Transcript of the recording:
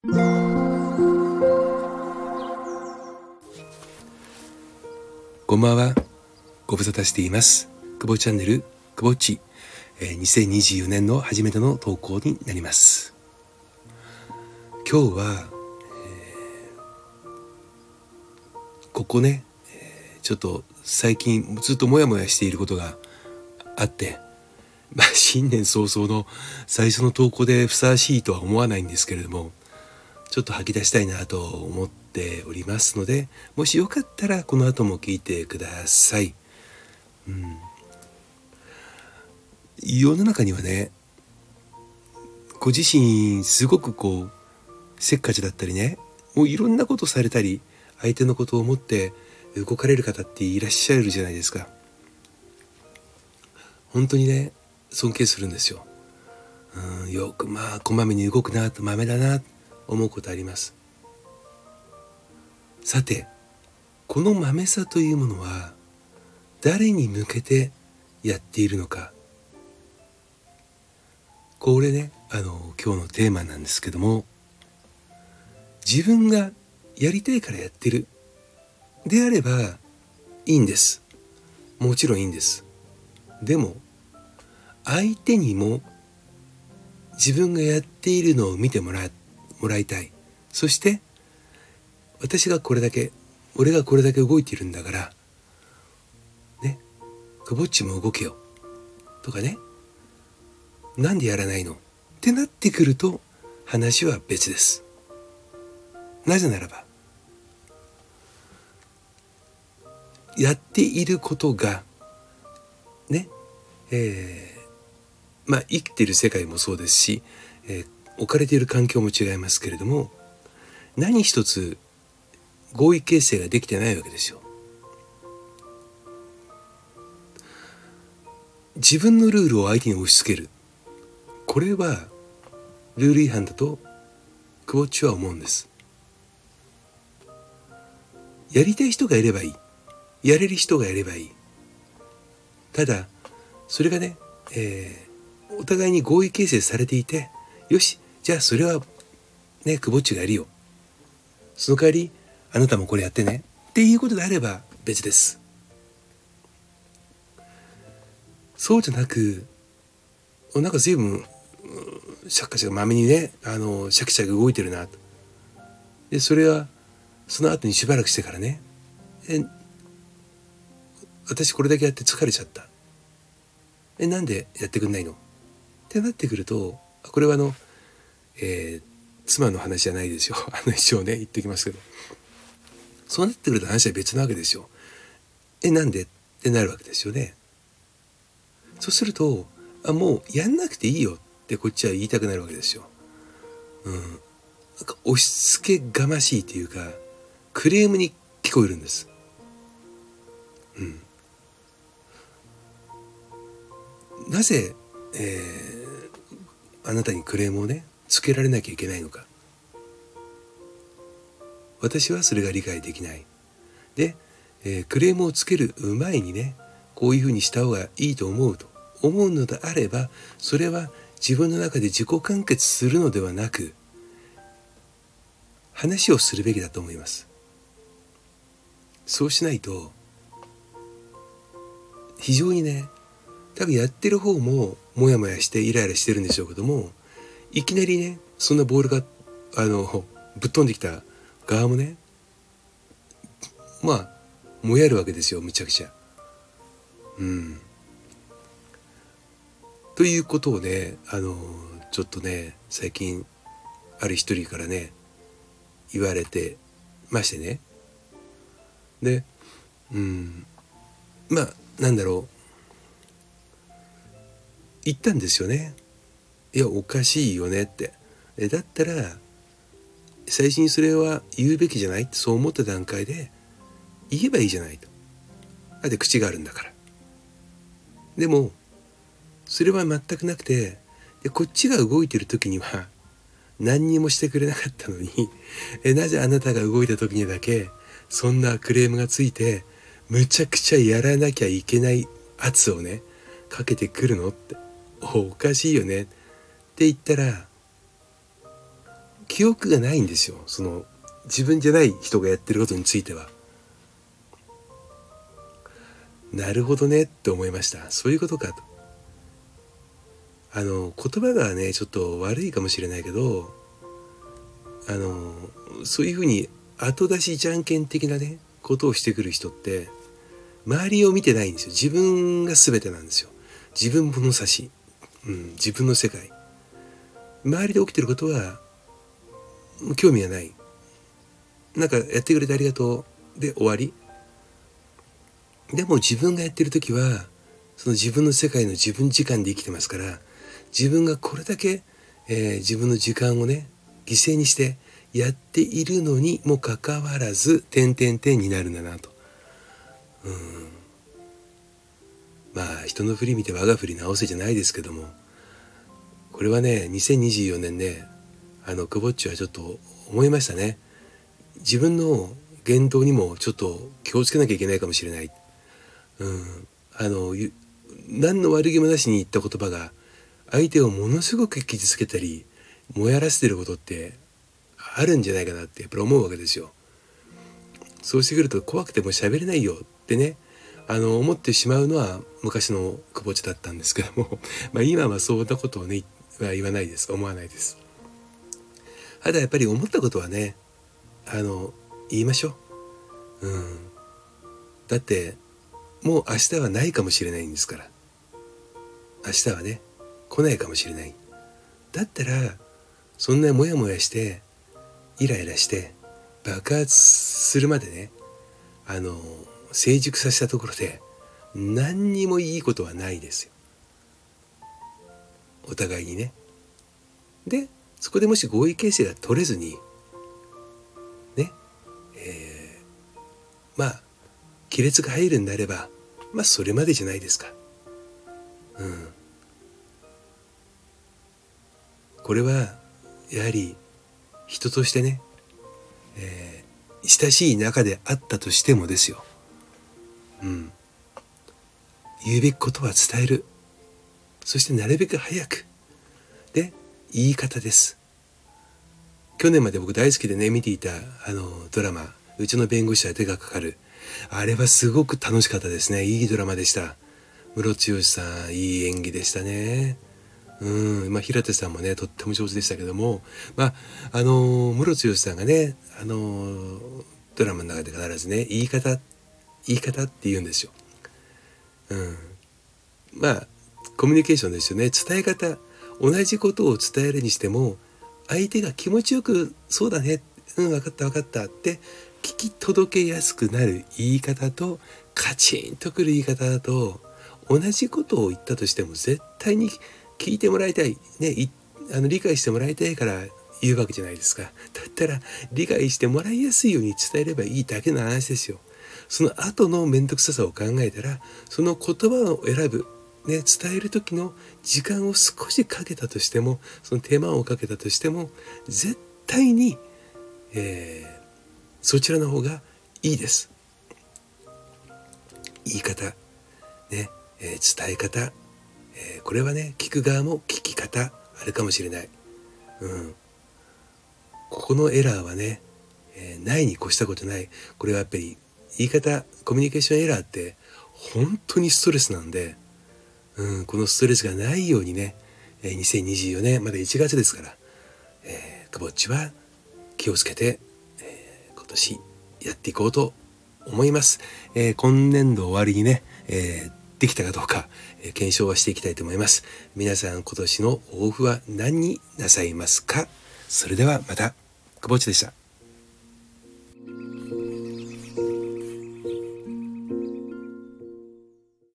こんばんは。ご無沙汰しています。久保チャンネル、久保っち。2024年の初めての投稿になります。今日は、ここね、ちょっと最近ずっとモヤモヤしていることがあって、新年早々の最初の投稿でふさわしいとは思わないんですけれども、ちょっと吐き出したいなと思っておりますので、もしよかったらこの後も聞いてください。世の中にはね、ご自身すごくせっかちだったりね、もういろんなことされたり、相手のことを思って動かれる方っていらっしゃるじゃないですか。本当にね、尊敬するんですよ。よくこまめに動くなと、まめだな思うことあります。さて、このまめさというものは誰に向けてやっているのか、これね、今日のテーマなんですけども、自分がやりたいからやってるであればいいんです。もちろんいいんです。でも相手にも自分がやっているのを見てもらいたい。そして俺がこれだけ動いているんだからね、くぼっちも動けよとかね、なんでやらないのってなってくると話は別です。なぜならば、やっていることがね、生きている世界もそうですし、置かれている環境も違いますけれども、何一つ合意形成ができてないわけですよ。自分のルールを相手に押し付ける、これはルール違反だとくぼっちは思うんです。やりたい人がいればいい、やれる人がやればいい。ただそれがね、お互いに合意形成されていて、よし、じゃあそれはね、くぼっちがやるよ、その代わりあなたもこれやってねっていうことであれば別です。そうじゃなく、なんか随分シャカシャカまめにね、シャキシャキ動いてるなと。でそれはその後にしばらくしてからね、私これだけやって疲れちゃった、なんでやってくんないのってなってくると、これは妻の話じゃないですよ。一応ね言っておきますけど、そうなってくると話は別なわけですよ。なんでってなるわけですよね。そうすると、もうやんなくていいよってこっちは言いたくなるわけですよ。なんか押し付けがましいというか、クレームに聞こえるんです。なぜ、あなたにクレームをねつけられなきゃいけないのか、私はそれが理解できない。で、クレームをつける前にね、こういうふうにした方がいいと思うのであれば、それは自分の中で自己完結するのではなく、話をするべきだと思います。そうしないと非常にね、多分やってる方もモヤモヤしてイライラしてるんでしょうけども、いきなりね、そんなボールがぶっ飛んできた側もね、もやるわけですよ、むちゃくちゃ。ということをね、ちょっとね、最近ある一人からね言われてましてね。で、なんだろう、言ったんですよね。いや、おかしいよねって。だったら最初にそれは言うべきじゃないって、そう思った段階で言えばいいじゃないと。だって口があるんだから。でもそれは全くなくて、でこっちが動いてる時には何にもしてくれなかったのになぜあなたが動いた時にだけそんなクレームがついて、むちゃくちゃやらなきゃいけない圧をねかけてくるのって、おかしいよねって言ったら、 記憶がないんですよ。その自分じゃない人がやってることについては。なるほどねって思いました。そういうことかと。言葉がねちょっと悪いかもしれないけど、そういうふうに後出しじゃんけん的なねことをしてくる人って周りを見てないんですよ。自分が全てなんですよ。自分物差し、自分の世界、周りで起きてることは興味がない。なんかやってくれてありがとうで終わり。でも自分がやってる時はその自分の世界の自分時間で生きてますから、自分がこれだけ、自分の時間をね犠牲にしてやっているのにもかかわらず点々点になるんだなと。まあ人の振り見て我が振り直せじゃないですけども、これはね2024年ねくぼっちはちょっと思いましたね。自分の言動にもちょっと気をつけなきゃいけないかもしれない。何の悪気もなしに言った言葉が相手をものすごく傷つけたりもやらせてることってあるんじゃないかなってやっぱり思うわけですよ。そうしてくると怖くても喋れないよってね思ってしまうのは昔のくぼっちだったんですけども今はそんなことをねは言わないです。思わないです。ただやっぱり思ったことはね言いましょう。だってもう明日はないかもしれないんですから。明日はね来ないかもしれない。だったらそんなモヤモヤしてイライラして爆発するまでね成熟させたところで何にもいいことはないですよ。お互いにね。でそこでもし合意形成が取れずにね、亀裂が入るんであればそれまでじゃないですか。これはやはり人としてね、親しい仲であったとしてもですよ、言うべきことは伝える。そしてなるべく早くで言い方です。去年まで僕大好きでね見ていたドラマうちの弁護士は手がかかる、あれはすごく楽しかったですね。いいドラマでした。ムロツヨシさんいい演技でしたね。平手さんもねとっても上手でしたけども、ムロツヨシさんがねドラマの中で必ずね言い方って言うんですよ。コミュニケーションですよね。伝え方、同じことを伝えるにしても相手が気持ちよくそうだね、分かったって聞き届けやすくなる言い方とカチンとくる言い方だと、同じことを言ったとしても絶対に聞いてもらいたい、ね、理解してもらいたいから言うわけじゃないですか。だったら理解してもらいやすいように伝えればいいだけの話ですよ。その後の面倒くささを考えたら、その言葉を選ぶ、伝える時の時間を少しかけたとしても、その手間をかけたとしても絶対に、そちらの方がいいです。言い方、伝え方、これはね聞く側も聞き方あるかもしれない。ここのエラーはね、ないに越したことない。これはやっぱり言い方、コミュニケーションエラーって本当にストレスなんで、このストレスがないようにね、2024年まだ1月ですから、くぼっちは気をつけて、今年やっていこうと思います。今年度終わりにね、できたかどうか、検証はしていきたいと思います。皆さん今年の抱負は何になさいますか？それではまた、くぼっちでした。